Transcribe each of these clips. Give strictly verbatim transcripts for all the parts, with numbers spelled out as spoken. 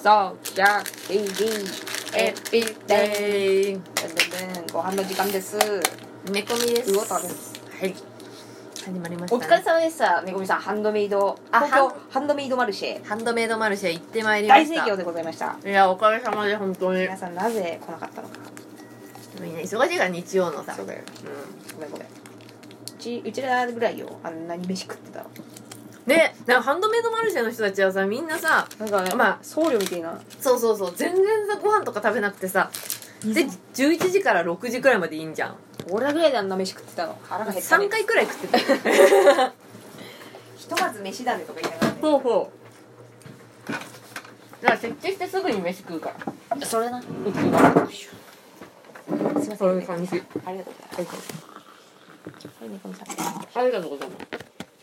そうじゃあ ティーブイ エピデイご飯の時間です。 猫みです。 魚太です。 はい、始まりましたね。 お疲れ様でした。猫みさん、ハンドメイドあ東京ハンドメイドマルシェハンドメイドマルシェ行ってまいりました。 大盛況でございました。 いや、おかげさまで本当に皆さんなぜ来なかったのか。 みんな忙しいから、日曜のさ。 そうだよ、うん、ごめんごめん。うちうちらぐらいよ、あんなに飯食ってたので、なんかハンドメイドマルシェの人たちはさ、みんなさ、 なんかね、 まあ僧侶みたいな。 そうそうそう、全然さご飯とか食べなくてさ、でじゅういちじからろくじくらいまでいいんじゃん。 俺らぐらいであんな飯食ってたの。腹が減ったね。 さんかいくらい食ってたひとまず飯だねとか言いながらね。 ほうほう。だから設置してすぐに飯食うから。 それな。 うちはすいません、 そういう感じ。 ありがとうございます。はい、猫みさん。 ありがとうございます。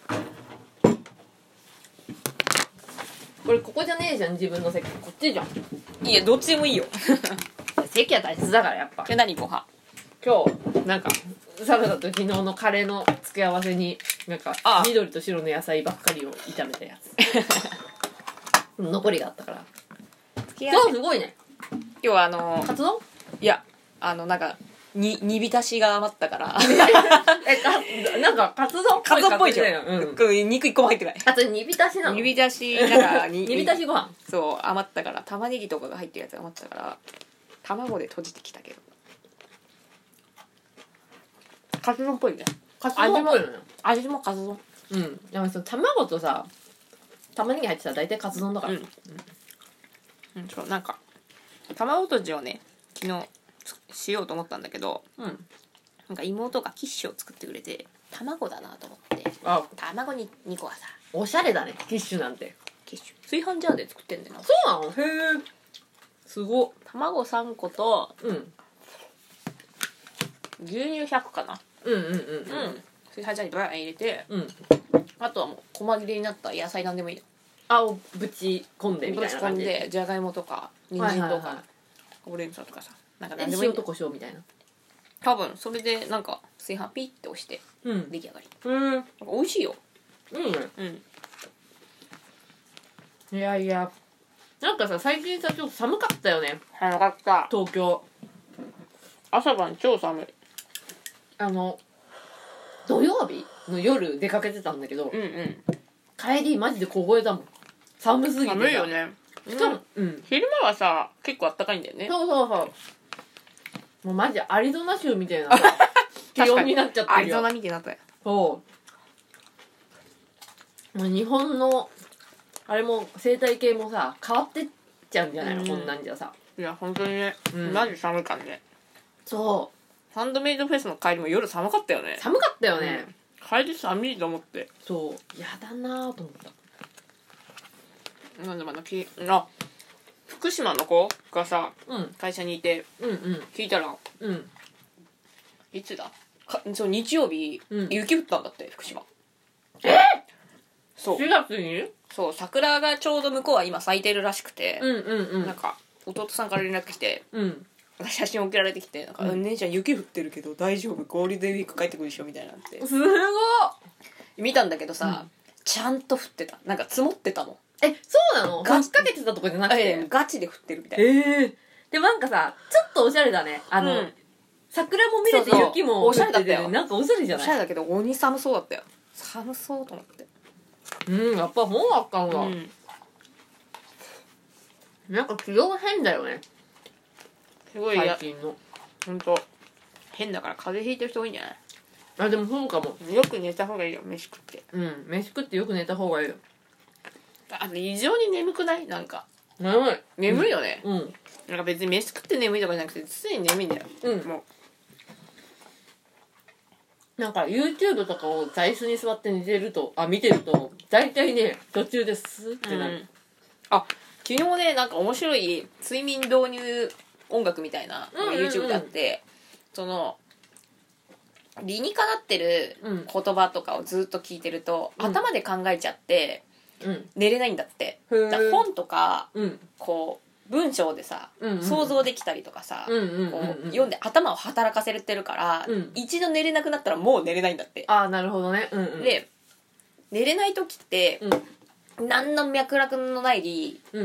これここじゃねえじゃん、自分の席。こっちじゃん。 いや、どっちでもいいよ。 席は大切だから、やっぱ。 え、何ご飯？ 今日なんかサラダと昨日のカレーの付け合わせになんかああ緑と白の野菜ばっかりを炒めたやつ残りがあったから。今日すごいね。 今日はあのカツ丼いやあのなんかに煮浸しが余ったからえかなんかカツ丼っぽいカツオっぽいじゃん、 うん、 うん、肉一個も入ってない。 あと煮浸しなの。 煮浸しなんか煮浸しご飯。 そう余ったから玉ねぎとかが入ってるやつが余ったから卵で閉じてきたけどカツ丼っぽいね。カツ丼っぽいよね。 味もカツ丼。 うんでもさ卵とさ玉ねぎ入ってたら大体カツ丼だから。 うん、うんうん、そうなんか卵とじをね昨日しようと思ったんだけど、 うん、 なんか妹がキッシュを作ってくれて卵だなと思ってあ卵ににこはさおしゃれだね、キッシュなんて。 キッシュ炊飯ジャーで作ってんだよな。 そうなの。へえ、すごっ。 卵さんことうん牛乳ひゃくかな。 うんうんうんうん炊飯ジャーにバーン入れて、 うん。 あとはもう細切れになった野菜なんでもいいの。 あをぶち込んでみたぶち込んいな感じでじゃがいもとか人参とかはいはいはいほうれん草とかさなんかで何でもいい塩と胡椒みたいな。 多分それでなんか炊飯ピッて押してうん出来上がり。 うんなんか美味しいよ。 いいね。 うんいやいやなんかさ最近さちょっと寒かったよね、 早かった。 東京。 朝晩超寒い。 あの土曜日の夜出かけてたんだけど、 うんうん帰りマジで凍えたもん、寒すぎて。 寒いよね。 しかもうん昼間はさ結構あったかいんだよね。 そうそうそう、もうマジアリゾナ州みたいな気温になっちゃってるよ。 アリゾナみたいになったよ。 そうもう日本のあれも生態系もさ変わってっちゃうんじゃないの、 うんこんなんじゃさ。 いや本当にね、 うんマジ寒かったね。 そうハンドメイドフェスの帰りも夜寒かったよね。 寒かったよね、 うん、帰り寒いと思って。 そうやだなぁと思った。 なんでまだきあ福島の子がさうん会社にいてうんうん聞いたらうんいつだかそう日曜日、 うん雪降ったんだって福島。 えそうしがつにそう桜がちょうど向こうは今咲いてるらしくて、 うんうんうんなんか弟さんから連絡来てうん写真送られてきてなんか、 うんうん、姉ちゃん雪降ってるけど大丈夫ゴールデンウィーク帰ってくるでしょみたいなってすごい。 見たんだけどさ、 うんちゃんと降ってた。なんか積もってたもん。 えそうなの。 ガガチかけてたとこじゃなくて。 ガチで降ってるみたいな。 ええでもなんかさちょっとおしゃれだね。あの、 うん桜も見れてそうそう雪もおしゃれだったよ降ててなんかおしゃれじゃない。 おしゃれだけど鬼寒そうだったよ。寒そうと思って。 うんやっぱ本あったんだ、 うんなんか気温変だよねすごいや最近の。 ほんと変だから風邪ひいてる人多いんじゃない？ あでもそうかも。 よく寝た方がいいよ飯食って。 うん飯食ってよく寝た方がいいよ。 あと異常に眠くない？なんか眠い。 眠いよね、 うんなんか別に飯食って眠いとかじゃなくて常に眠いんだよ。 うんもなんか YouTube とかを座椅子に座って寝てるとあ見てると大体ね途中でスーってなる、 うんあ昨日ねなんか面白い睡眠導入音楽みたいなのが YouTube であって、その理にかなってるうん言葉とかをずっと聞いてると、 うん頭で考えちゃってうん寝れないんだって。 へーだから本とかうんこう文章でさ、 うんうん想像できたりとかさ、 うんうんうんうんこう読んで頭を働かせてるから、 うん一度寝れなくなったらもう寝れないんだって。 ああなるほどね。うんうんで寝れない時って、 うん何の脈絡のないうん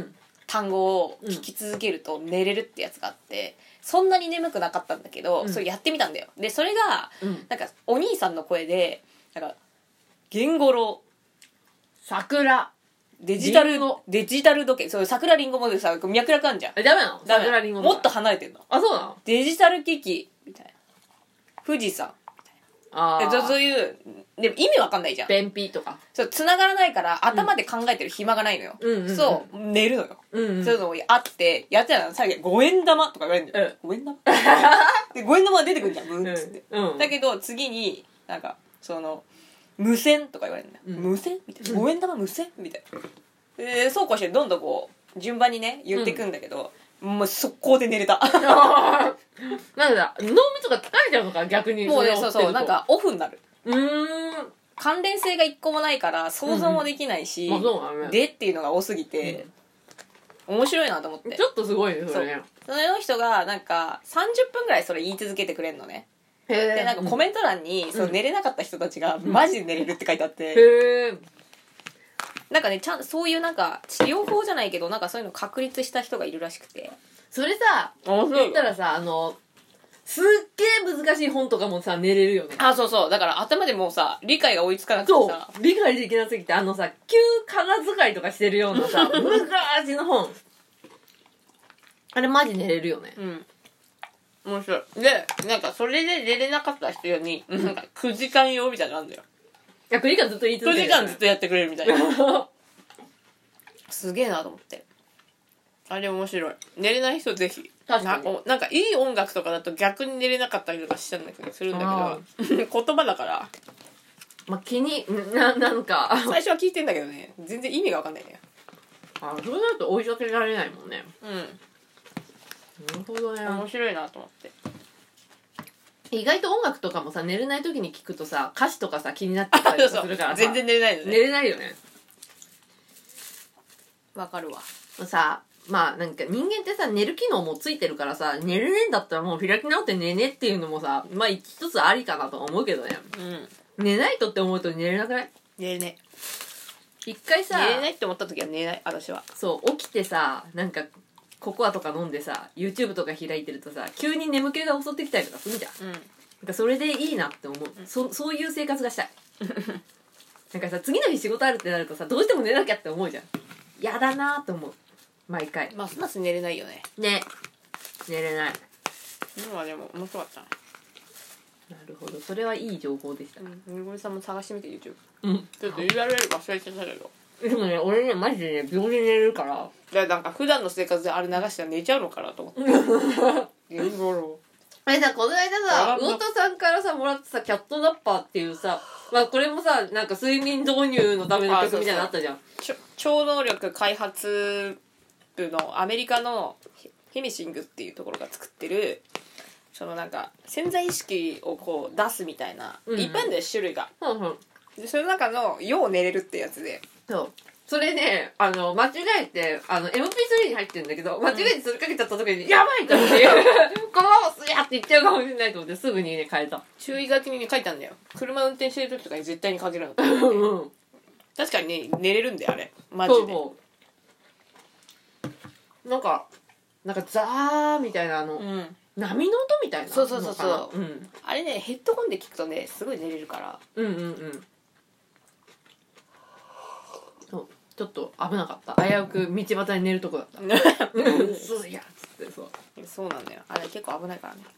単語を聞き続けると寝れるってやつがあって、そんなに眠くなかったんだけど、 うんそれやってみたんだよ。でそれがうんなんかお兄さんの声でなんかゲンゴロ桜デジタルリンゴデジタル時計、そう桜リンゴもでさ脈絡あんじゃん。 えダメなのダメ桜リンゴもっと離れてんの。 あそうなのデジタル機器みたいな、富士山ああでそそういうでも意味わかんないじゃん。 便秘とかそう繋がらないから頭で考えてる暇がないのよ、 うんうんうんそう寝るのよ、 うんうんそういうのもあってやってたの。最後五円玉とか言われるんだよ、五円玉で五円玉が出てくるじゃんブーンっつって、 うんうんだけど次になんかその無線とか言われるんだよ、 うん無線みたいな、五円玉無線みたいなでそうこうしてどんどんこう順番にね言っていくんだけど、もう速攻で寝れたなんだ脳みそが疲れちゃうのか逆にもうねれをそうそうなんかオフになる。 うーん関連性が一個もないから想像もできないし、 まあそうだねでっていうのが多すぎて、面白いなと思って。 ちょっとすごいねそれねその人がなんかさんじゅっぷんぐらいそれ言い続けてくれるのね。 へでなんかコメント欄に、その寝れなかった人たちがマジで寝れるって書いてあって、 へえなんかねちゃんそういうなんか治療法じゃないけどなんかそういうの確立した人がいるらしくて、 それさ面言ったらさあのすっげえ難しい本とかもさ寝れるよねあそうそうだから頭でもうさ理解が追いつかなくてそうさ、 理解できなすぎてあのさ旧仮名遣いとかしてるようなさ昔の本あれマジ寝れるよねうん面白い。でなんかそれで寝れなかった人になんかくじかん用みたいなのあるんだよ。 いやくじかんずっと言い続 9 ける時間ずっとやってくれるみたいなすげえなと思って。あれ面白い。寝れない人ぜひ。 確かにななんかいい音楽とかだと逆に寝れなかったりとかしたんだけどするんだけど言葉だからまあ気にななんか最初は聞いてんだけどね全然意味が分かんないね。 あそれだと追いかけられないもんねうなるほどねん面白いなと思って。 意外と音楽とかもさ寝れない時に聞くとさ歌詞とかさ気になってたりとかするからさ全然寝れないの寝ね。 れないよねわかるわ。 さまあなんか人間ってさ寝る機能もついてるからさ寝れねえんだったらもう開き直って寝ねっていうのもさまあ一つありかなと思うけどねうん寝ないとって思うと寝れなくない寝れね一回さ寝れないって思った時は寝れない私は。 そう起きてさなんかココアとか飲んでさ YouTube とか開いてるとさ急に眠気が襲ってきたりとかするじゃんうんなんかそれでいいなって思う、そそういう生活がしたいなんかさ次の日仕事あるってなるとさどうしても寝なきゃって思うじゃんやだなって思う毎回ますます寝れないよね。 ね寝れない今はでも面白かったな。 なるほどそれはいい情報でしたうんみごりさんも探してみて YouTube。 うんちょっと ユーアールエル 忘れてたけどでもね俺ねマジでね病気で寝れるからでなんか普段の生活であれ流したら寝ちゃうのかなと思ってゲンゴロあれさこの間さ魚田さんからさもらってさキャットナッパーっていうさまあこれもさなんか睡眠導入のための曲みたいなのあったじゃんちょ超能力開発部のアメリカのヘミシングっていうところが作ってるそのなんか潜在意識をこう出すみたいな、 うんうんいっぱいあるんだよ種類が。 ふんふんでその中の「よう寝れる」ってやつでそうそれねあの間違えてあの エムピースリー に入ってるんだけど間違えてそれかけちゃった時に、やばいと思ってこのままスヤっていっちゃうかもしれないと思ってすぐにね変えた注意書きに、ね、書いてあるんだよ。車運転してる時とかに絶対にかけるのうんうん確かにね寝れるんだよあれマジで。 そうそうなんかなんかザーみたいなあの、 うん波の音みたいなのかなそうそうそうそううんあれねヘッドホンで聞くとねすごい寝れるからうんうんうんそうちょっと危なかった危うく道端に寝るとこだったうんそういやっつってそうそうなんだよあれ結構危ないからね。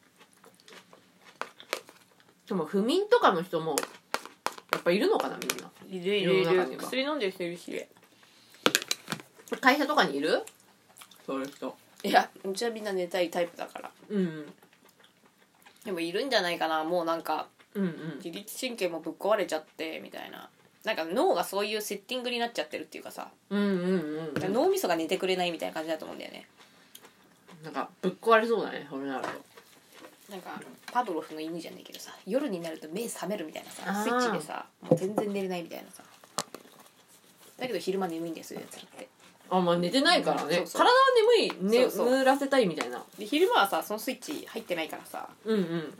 でも不眠とかの人もやっぱいるのかなみんないるいるいる世の中には薬飲んでる人いるし。 会社とかにいるそういう人いやうちはみんな寝たいタイプだから。 うんでもいるんじゃないかな。もうなんかうんうん自律神経もぶっ壊れちゃってみたいな、なんか脳がそういうセッティングになっちゃってるっていうかさ、 うんうんうんうん脳みそが寝てくれないみたいな感じだと思うんだよね。 なんかぶっ壊れそうだねそれなるとなんかパブロフの犬じゃねえけどさ夜になると目覚めるみたいなさあースイッチでさもう全然寝れないみたいなさだけど昼間眠いんですよやつらって。 あまあ寝てないからね、 そうそう体は眠い、ね、 そうそう眠らせたいみたいなで昼間はさそのスイッチ入ってないからさうん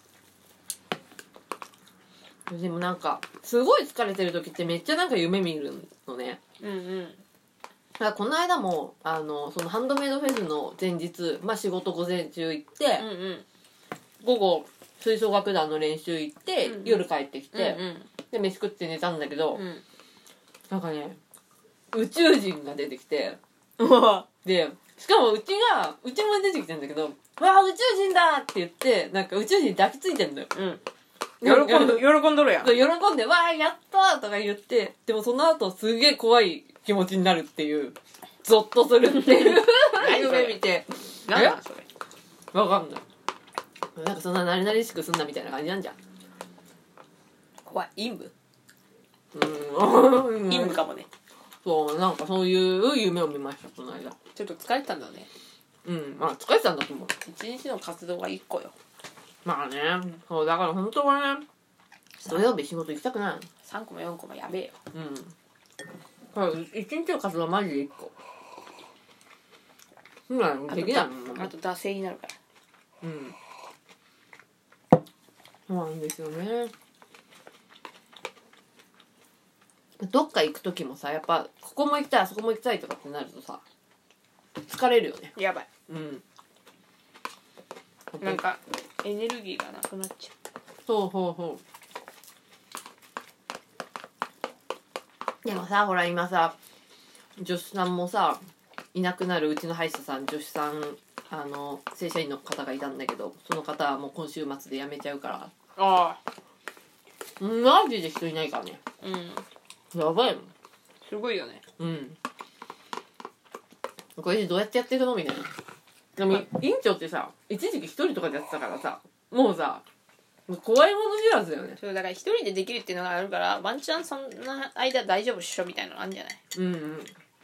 うんでもなんかすごい疲れてる時ってめっちゃなんか夢見るのねうんうんだからこの間もあのそのハンドメイドフェスの前日、まあ、仕事午前中行って、 うんうん午後吹奏楽団の練習行って、 うんうん夜帰ってきて、 うんうんで飯食って寝たんだけど、 うんなんかね宇宙人が出てきてでしかもうちがうちも出てきてんだけど「わあ宇宙人だ!」って言ってなんか宇宙人に抱きついてんのよ。 うん喜んど喜んどるやん。 喜んで「わあやった!」とか言って、でもその後すげえ怖い気持ちになるっていう、ゾッとするっていう夢見て、 何なんそれ。 わかんない。なんかそんななりなりしくすんなみたいな感じなんじゃん。 怖い。陰部うん陰部かもね。 そうなんかそういう夢を見ましたこの間。 ちょっと疲れてたんだね。 うんまあ疲れてたんだと思う。 一日の活動が一個よ。 まあね、そうだから本当はね土曜日仕事行きたくない。 さんこもよんこもやべえよ。 うんこれ一日の活動はマジでいっこうんできないもん。 あと惰性になるから。 うんそうなんですよね。どっか行く時もさやっぱここも行きたいあそこも行きたいとかってなるとさ疲れるよね。 やばい。 うんなんかエネルギーがなくなっちゃそうそうそうでもさほら今さ助手さんもさいなくなるうちの歯医者さん助手さんあの正社員の方がいたんだけどその方はもう今週末で辞めちゃうからう。ああ。 マジで人いないからね。 うん。 やばいもん。 すごいよね。 うんこれでどうやってやってるのみたいな。でも院長ってさ一時期一人とかでやってたからさもうさ怖いもの知らずだよね。 そうだから一人でできるっていうのがあるからワンチャンそんな間大丈夫っしょみたいなのあるんじゃない。 うんうん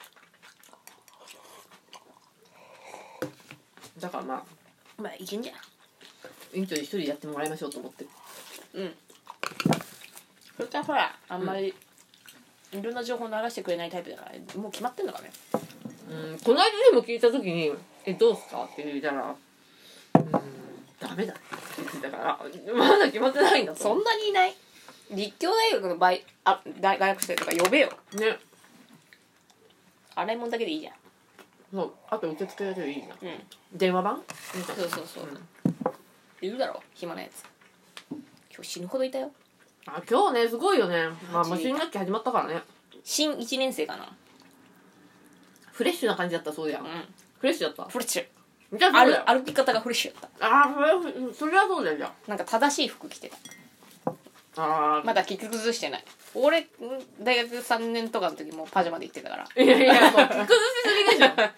だからまあまあいけんじゃん。 院長に一人やってもらいましょうと思ってる。 うんそれからほらあんまりいろんな情報流してくれないタイプだからもう決まってんのかね。 うんこの間でも聞いた時に「えどうすか?」って聞いたら「うんダメだ」って言ってたからまだ決まってないんだとそんなにいない。立教大学の場合あ大学生とか呼べよ。 ね。 洗い物だけでいいじゃん。 そうあと受付だけでいいな。 うん電話番そうそうそう、いるだろ暇なやつ。今日死ぬほどいたよ。 あ今日ねすごいよね。まあマジ新学期始まったからね新いちねん生かな。 フレッシュな感じだったそうやん。 うんフレッシュだったフレッシュ。 じゃあそうだよ。 歩歩き方がフレッシュだっああそれそれはそうだよじゃた。なんか正しい服着てた。 ああまだ着崩してない。俺大学さんねんとかの時もパジャマで行ってたから。 いやいやもう崩しすぎでしょ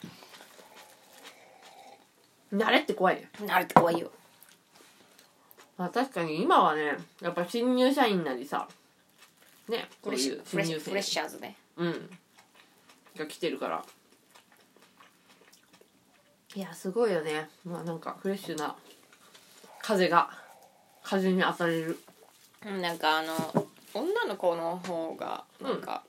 慣れって怖いね。 あれって怖いよ。 まあ確かに今はねやっぱ新入社員なりさねフレッシュフレッシュフレッシシャーズね。 うんが来てるからいやすごいよね。まあなんかフレッシュな風が風に当たれる。 うんなんかあの女の子の方がなんか、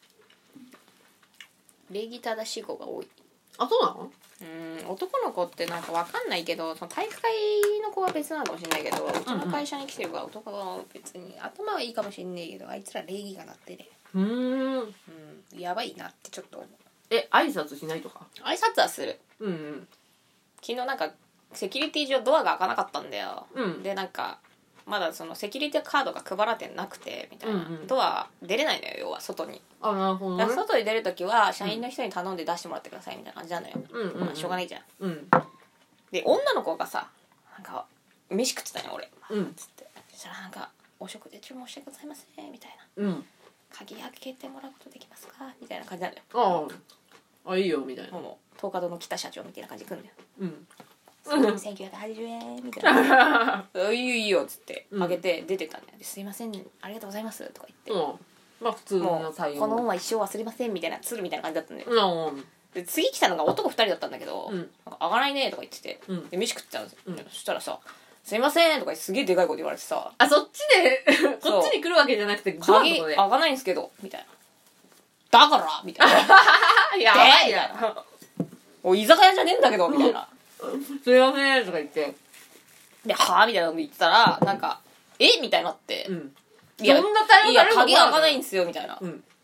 礼儀正しい子が多い。 あそうなの。 うん男の子ってなんかわかんないけどその体育会の子は別なのかもしれないけど、うちの会社に来てるから男は別に頭はいいかもしれないけどあいつら礼儀がなってね、 うーんうん、やばいなってちょっと思う。 え挨拶しないとか。 挨拶はする。 うんうん昨日なんかセキュリティ上ドアが開かなかったんだよ、 うん、 でなんかまだそのセキュリティカードが配られてなくてみたいな、 うんうん、 ドア出れないのよ要は外に。 あなるほど、ね、 だから外に出るときは社員の人に頼んで出してもらってくださいみたいな感じなのよ、 うんうん、うんまあ、しょうがないじゃん。 うんで女の子がさなんか飯食ってたよ俺、 うんつってそしたらなんかお食事中申し訳ございませんみたいな、 うん鍵開けてもらうことできますかみたいな感じなのよ。 ああいいよみたいな。 もう東華堂の北社長みたいな感じで来るんだよ。 うんせんきゅうひゃくはちじゅうえんみたいな「いいよいいよ」っつってうんあげて出てたんだよ。ですいませんありがとうございますとか言って、 うんまあ普通もうの対応。 この恩は一生忘れませんみたいな鶴みたいな感じだったんだよ。 うんで次来たのが男ふたりだったんだけど「 うんなんか上がらないね」とか言ってて、 うんで飯食ってたんですよ、 うんそしたらさ「すいません」とかすげえでかい声で言われてさあそっちでこっちに来るわけじゃなくて 「 ドアの鍵とこで開かないんすけど」みたいな「だから」みたいなや 「 ばいみたやいな「おい居酒屋じゃねえんだけど」みたいなすいませんとか言ってで「はあ?」みたいなの言ってたらなんか「えみたいになって、 うんいやそんな対応いやされると鍵開かないんですよみたいな、 うん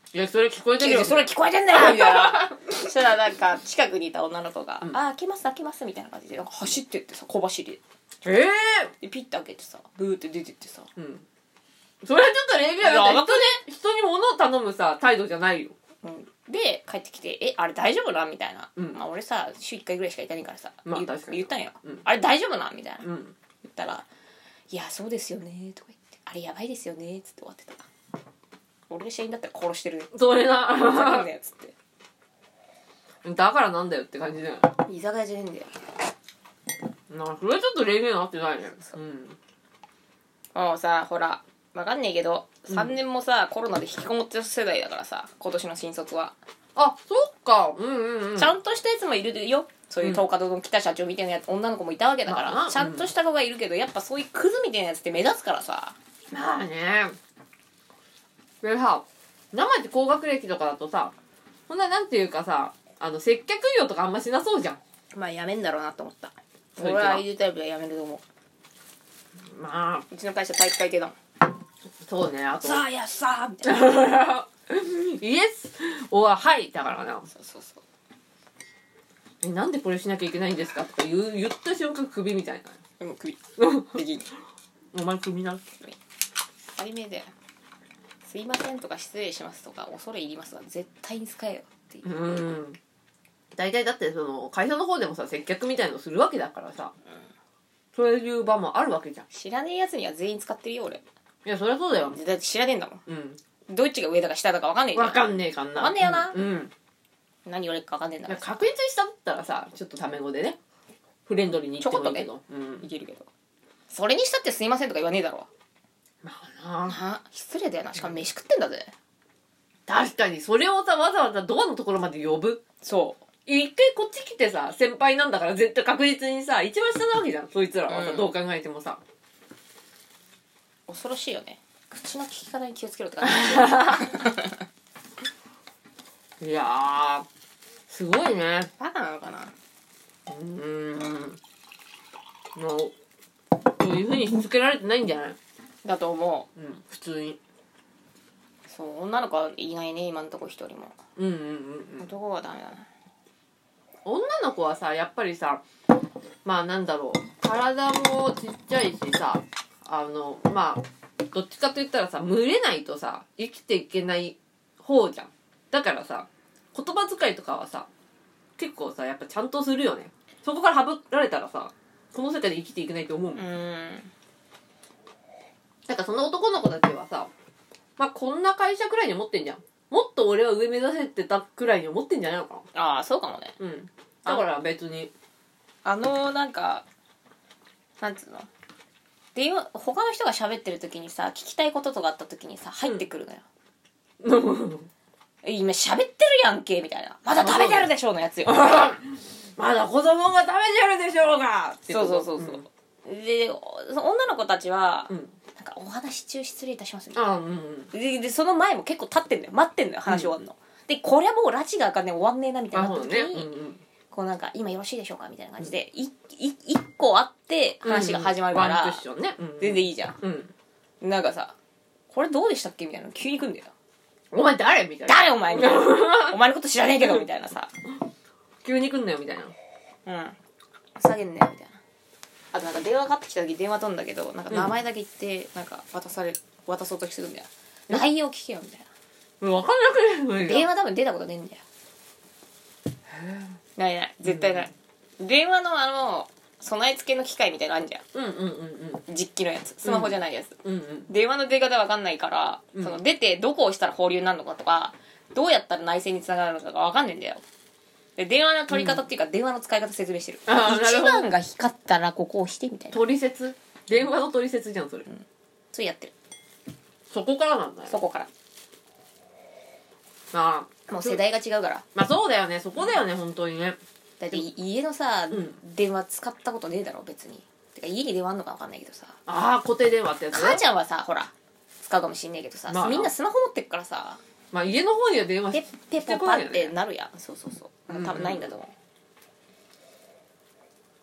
いやそれ聞こえてるよ、 それ聞こえてんだよみたいなそしたらなんか近くにいた女の子が「 うんあ開けます開けます」みたいな感じでなんか走ってってさ小走りええでピッて開けてさブーって出てってさー、うんそれはちょっと礼儀はいやだ甘くねって人に物を頼むさ態度じゃないよ。 うんで帰ってきて「えあれ大丈夫な?」みたいな、 うんまあ、俺さ週いっかいぐらいしか行かないからさ、言まあ確かに言ったんよ、 うんあれ大丈夫な?」みたいな、言うんったら「いやそうですよね」とか言って「あれやばいですよね」っつって終わってた。俺が社員だったら殺してるそれふざけんななよっつってだからなんだよって感じだよ。 居酒屋じゃねえんだよ。 なそれはちょっと礼儀になってないね。うんもうさほらわかんねえけどうんさんねんもさ、コロナで引きこもってる世代だからさ今年の新卒は、 あそっかうんうんうんちゃんとしたやつもいるよそういう東華堂の北社長みたいなやつ女の子もいたわけだから、 まあなちゃんとした子がいるけどやっぱそういうクズみたいなやつって目立つからさまあねでさ生で高学歴とかだとさそんななんていうかさあの接客業とかあんましなそうじゃん。 まあやめんだろうなと思ったそいつは俺はアイディタイプはやめると思うまあうちの会社体育会系だもんそうねあとさあやっさあみたいなイエスおははいだからな。 そうそうそうえなんでこれしなきゃいけないんですかとか言う言った瞬間クビみたいな。 でも首できんお前クビな。 当たり前だよすいませんとか失礼しますとか恐れ入りますが絶対に使えよっていう、 うん大体だってその会社の方でもさ接客みたいのするわけだからさ、そういう場もあるわけじゃん。 知らねえやつには全員使ってるよ俺いやそりゃそうだよ。 だって知らねえんだもんうんどっちが上だか下だか分かんねえじゃんわかんねえかんな。 わかんねえよなうん、うん何言われるか分かんねえんだいやから確実にしただったらさちょっとタメ語でねフレンドリーに言ってもいいけど、うんいけるけどそれにしたってすいませんとか言わねえだろまあなな失礼だよなしかも飯食ってんだぜ確かにそれをさわざわざドアのところまで呼ぶ。 そう一回こっち来てさ先輩なんだから絶対確実にさ一番下なわけじゃんそいつらはさ、 うんどう考えてもさ恐ろしいよね口の利き方に気をつけろって感じいやーすごいね。 バカなのかなうーんもうそういう風にしつけられてないんじゃない。 だと思ううん普通にそう女の子はいないね今のとこ一人もうんうんうんうん男はダメだな女の子はさやっぱりさまあなんだろう体もちっちゃいしさあのまあどっちかと言ったらさ群れないとさ生きていけない方じゃん。だからさ言葉遣いとかはさ結構さやっぱちゃんとするよね。そこからはぶられたらさこの世界で生きていけないと思うもん。 うーんだからその男の子たちはさまあこんな会社くらいに思ってんじゃん。もっと俺は上目指せてたくらいに思ってんじゃないのかな。 ああそうかもねうんだから別にあのなんかなんつうの電話他の人が喋ってる時にさ聞きたいこととかあった時にさ入ってくるのよ、え今喋ってるやんけみたいなまだ食べてるでしょのやつよまだ子供が食べてるでしょうがってそうことそうそうそう、でおその女の子たちは、 うん、 なんかお話し中失礼いたしますみたいなあうんうんででその前も結構立ってんのよ待ってんのよ話終わんの、でこれはもう拉致があかんね終わんねえなみたいあな時に、 そうねうんうんこうなんか今よろしいでしょうかみたいな感じで、いい一個あって話が始まるから、 ワンクッションね、うんうん、 全然いいじゃん、 うんなんかさこれどうでしたっけみたいなの急に来んだよお前誰みたいな誰お前みたいなお前のこと知らねえけどみたいなさ急に来んなよみたいなうん下げんなよみたいなあとなんか電話かかってきた時電話取んだけどなんか名前だけ言ってなんか渡され渡そうとするんだよ内容聞けよみたいな分かんなくない電話多分出たことねえんだよないない絶対ない、うん、電話のあの備え付けの機械みたいなのあんじゃんうんうんうんうん実機のやつスマホじゃないやつ、 うんうん電話の出方わかんないから、 うんその出てどこを押したら放流になるのかとかどうやったら内線につながるのかがわかんないんだよで電話の取り方っていうか、電話の使い方説明してるあーなるほどいちばんが光ったらここ押してみたいな取説電話の取説じゃんそれ、 うんそれやってるそこからなんだよそこからああもう世代が違うからまあそうだよねそこだよね本当にねだってい家のさ、 うん電話使ったことねえだろ別にてか家に電話あんのかわかんないけどさああ固定電話ってやつ母ちゃんはさほら使うかもしんないけどさ、 まあみんなスマホ持ってっからさまあ家の方には電話ペしッペポパってなるやんそうそうそううん多分ないんだと思う、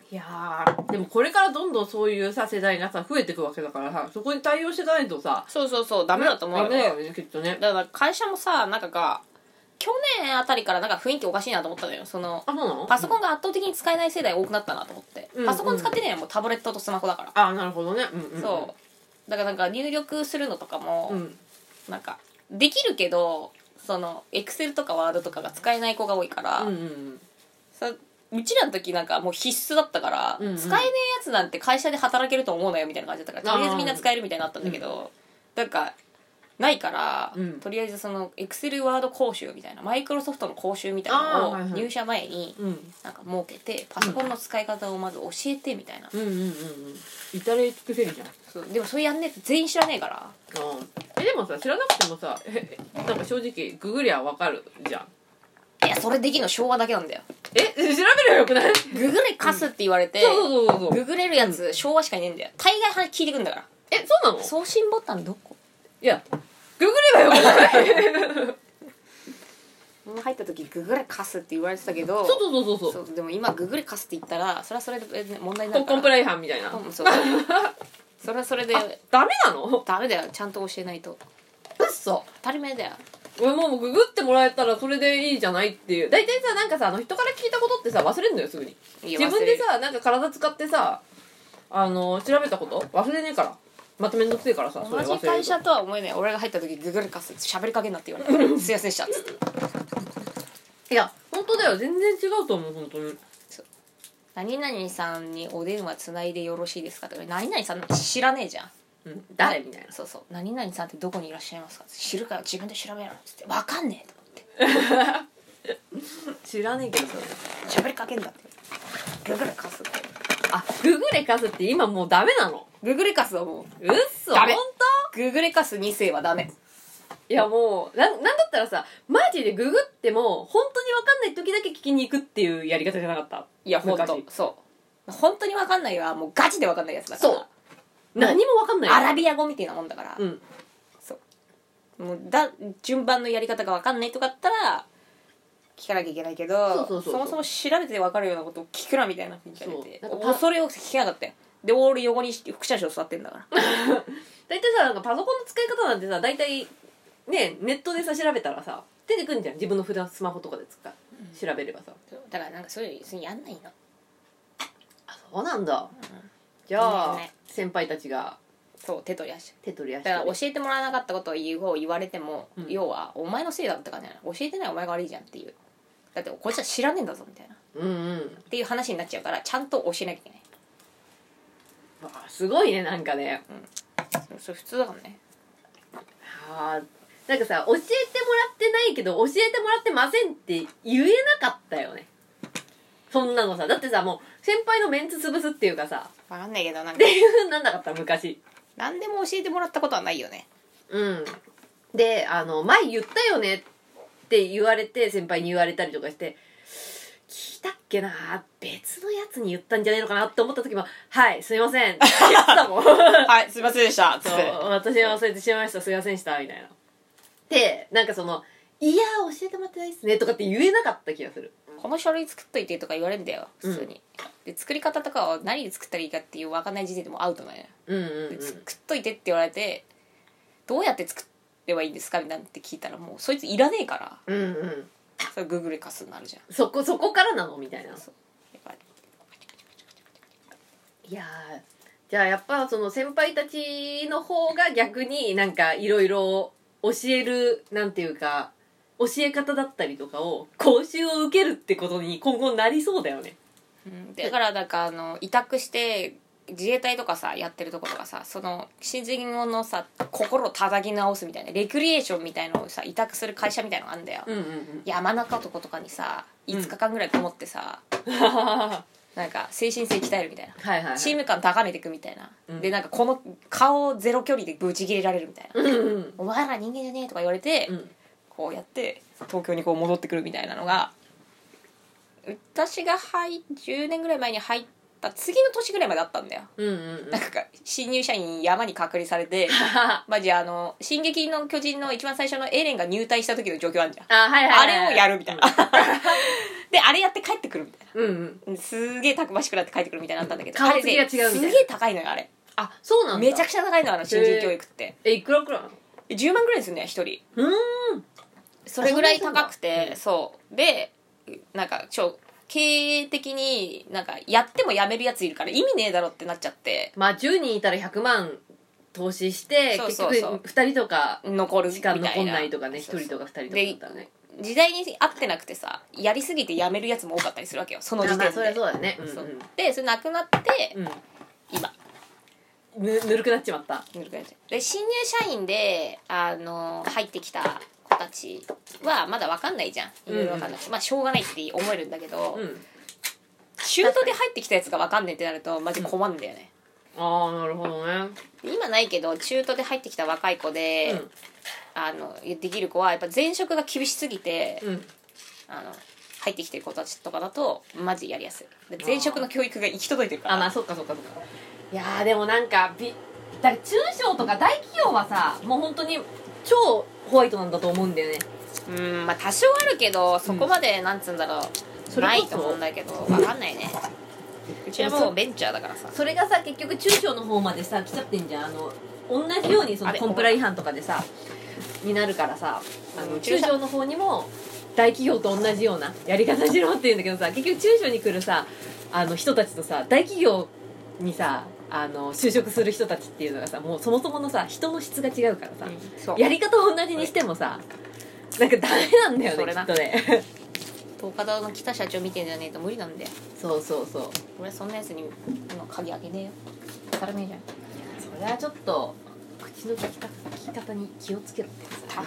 いやーでもこれからどんどんそういうさ世代がさ増えてくわけだからさ、そこに対応していかないとさそうそうそう、ダメだと思うよ。 ダメだよねきっとね。 だから会社もさ、なんかが去年あたりからなんか雰囲気おかしいなと思ったのよ。そのあ、そうなの？ パソコンが圧倒的に使えない世代多くなったなと思って、 うん、 パソコン使ってねもうタブレットとスマホだから、 あ、なるほどね、うんうんうん、 そうだからなんか入力するのとかも、 うん、 なんかできるけどそのエクセルとかワードとかが使えない子が多いから、 うんうんうん、 さうちらの時なんかもう必須だったから、 うんうん、 使えねえやつなんて会社で働けると思うなよみたいな感じだったから、とりあえずみんな使えるみたいになったんだけど、うん、なんかないから、 うん、 とりあえずそのエクセルワード講習みたいなマイクロソフトの講習みたいなのを入社前になんか設けて、パソコンの使い方をまず教えてみたいな、 うんうんうんうん、至れ尽くせるじゃん。 そうでもそれやんねえと全員知らねえから。 えでもさ知らなくてもさえなんか正直ググりゃわかるじゃん。 いやそれできるの昭和だけなんだよ。 え調べればよくない？ ググれカスって言われて、 うん、そうそうそうそうググれるやつ、うん、昭和しかいねえんだよ。大概話聞いてくんだから。 えそうなの？ 送信ボタンどこ？ いやググればよくない？ 入った時ググれカスって言われてたけど、 そうそうそうそうそうでも今ググれカスって言ったらそれはそれで問題になるからコンプラ違反みたいな、 うん、そうそれはそれでダメなの？ ダメだよ、ちゃんと教えないと。 うっそ当たり前だよ。 俺もうググってもらえたらそれでいいじゃないっていう。大体さなんかさあの人から聞いたことってさ忘れんのよすぐに。自分でさなんか体使ってさあの調べたこと忘れねえから、まためんどくせえからさ。 同じ会社とは思えない。俺が入った時ググるかす喋りかけんなって言われてすいませんでしたっつって。 いや本当だよ、全然違うと思う本当に。 何々さんにお電話つないでよろしいですかって。何々さん知らねえじゃん、 うん、誰みたいな。 そうそう、何々さんってどこにいらっしゃいますか、知るから自分で調べろっつって、分かんねえと思って知らねえけどそれ喋りかけんだって。ググレカスって、 あググレカスって今もうダメなの？ ググレカスはもううっそダメ。 本当？ ググレカスに世はダメ。 いやもうな、なんだったらさマジでググっても本当に分かんない時だけ聞きに行くっていうやり方じゃなかった？ いや本当そう本当に分かんないはもうガチで分かんないやつだから。 そう何も分かんないアラビア語みたいなもんだから、 うん、 そうもうだ順番のやり方が分かんないとかだったら聞かなきゃいけないけど、そもそも調べて分かるようなことを聞くなみたいな雰囲気が出て、それを聞けなかったよ。で俺横に副社長座ってんだから大体さなんかパソコンの使い方なんてさ大体ねネットでさ調べたらさ出てくんじゃん、自分の普段スマホとかで使う、うん、調べればさ。 だからなんかそういうのやんないの。 あそうなんだ、うん、じゃあ、ねね、先輩たちがそう手取り足手取り足だから教えてもらわなかったことを言う方言われても、 うん、 要はお前のせいだったからね、教えてないお前が悪いじゃんっていう。だってこいつは知らねえんだぞみたいな、 うんうん、 っていう話になっちゃうからちゃんと教えなきゃいけない。 あすごいねなんかね、 うん、それ普通だからね。 はあなんかさ教えてもらってないけど教えてもらってませんって言えなかったよねそんなのさ。だってさもう先輩のメンツ潰すっていうかさ分かんないけどなんかっていう風になんなかった昔。 何でも教えてもらったことはないよね。 うんであの前言ったよねって言われて先輩に言われたりとかして聞いたっけな別のやつに言ったんじゃねえのかなって思った時もはいすいませんって言ってたもんはいすいませんでしたつってそう私は忘れてしまいましたすいませんでしたみたいなでなんかそのいや教えてもらってないっすねとかって言えなかった気がする。 この書類作っといてとか言われるんだよ普通に、うん、で作り方とかは何で作ったらいいかっていう分かんない時点でもアウトなんや、 うんうんうん、 で作っといてって言われてどうやって作ればいいんですかみたいなって聞いたらもうそいついらねえから、 うんうん、 それグーグルカスになるじゃん。 そこそこからなのみたいな。そうやっぱりいやじゃあやっぱその先輩たちの方が逆になんかいろいろ教えるなんていうか教え方だったりとかを講習を受けるってことに今後なりそうだよね、 うん、だからなんかあの委託して自衛隊とかさやってるとことかさその新人のさ心を叩き直すみたいなレクリエーションみたいのをさ委託する会社みたいのがあるんだよ、 うんうんうん、 山中とことかにさいつかかんぐらいこもってさ、うん、なんか精神性鍛えるみたいな、 はいはいはい、 チーム感高めていくみたいな、 うん、 でなんかこの顔をゼロ距離でブチ切れられるみたいな、 うんうん、 お前ら人間じゃねえとか言われて、うんこうやって東京にこう戻ってくるみたいなのが私が入じゅうねんぐらい前に入った次の年ぐらいまであったんだよ、 うんうんうん、 なんか新入社員山に隔離されてマジあの進撃の巨人の一番最初のエレンが入隊した時の状況あるじゃんあ、はいはいはい、 あれをやるみたいなであれやって帰ってくるみたいうんうんな、すげえたくましくなって帰ってくるみたいなのあったんだけど、 顔つきが違うみたいなあれねすげえ高いのよあれ。 あそうなんだ。 めちゃくちゃ高いのあの新人教育って。 えいくらくらいなの？ じゅうまんぐらいですね一人。 うーんそれぐらい高くて、 うんそうでなんかちょ経営的になんかやってもやめるやついるから意味ねえだろってなっちゃって、 まあじゅうにんいたらひゃくまん投資してそうそうそう結局ふたりとか残るみしたいなか残んないとかね、ひとりとかふたりとかだったらね。 時代に合ってなくてさ、やりすぎてやめるやつも多かったりするわけよその時点で。 あまあそりゃそうだよね。うんそうでそれなくなって、 うん今ぬぬるくなっちまった。 ぬるくなっちゃうで新入社員であの入ってきた子たちはまだ分かんないじゃん、いろいろ分かんないし、まあしょうがないって思えるんだけど、 うん中途で入ってきたやつが分かんねえってなるとマジ困るんだよね、 ああなるほどね。 今ないけど中途で入ってきた若い子で、 うんあのできる子はやっぱ前職が厳しすぎて、 うんあの入ってきてる子たちとかだとマジやりやすい。で前職の教育が行き届いてるから。 あまあそっかそっかそっか。いやーでもなんかびだから中小とか大企業はさもう本当に超ホワイトなんだと思うんだよね。 うんまあ多少あるけどそこまで、なんつうんだろうそれこそないと思うんだけど分かんないね。うちはもうベンチャーだからさ。 それがさ結局中小の方までさ来ちゃってんじゃん。あの同じようにそのあれコンプラ違反とかでさになるからさ、あのうん中小の方にも大企業と同じようなやり方しろって言うんだけどさ、結局中小に来るさあの人たちとさ大企業にさあの就職する人たちっていうのがさもうそもそものさ人の質が違うからさ、 うんそうやり方を同じにしてもさなんかダメなんだよそれなねきっとね東華堂の北社長見てんじゃねえと無理なんだよ。 そうそうそう。 俺そんなやつに今鍵あげねえよ。当たらねえじゃん。 それはちょっと口の利き方聞き方に気をつけろってさ。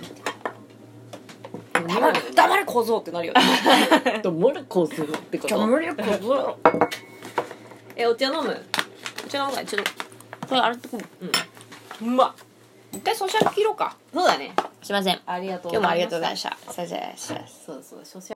黙れ黙れ小僧ってなるよね。 黙れこうするってこと。 黙れ小僧。 えお茶飲む？ うちの方がちょっとこれ洗ってくる。 うん。 うまっ。一回咀嚼切ろうか。 そうだね。 すいません。 ありがとう今日もありがとうございましした。さよなら。 た。そうそう。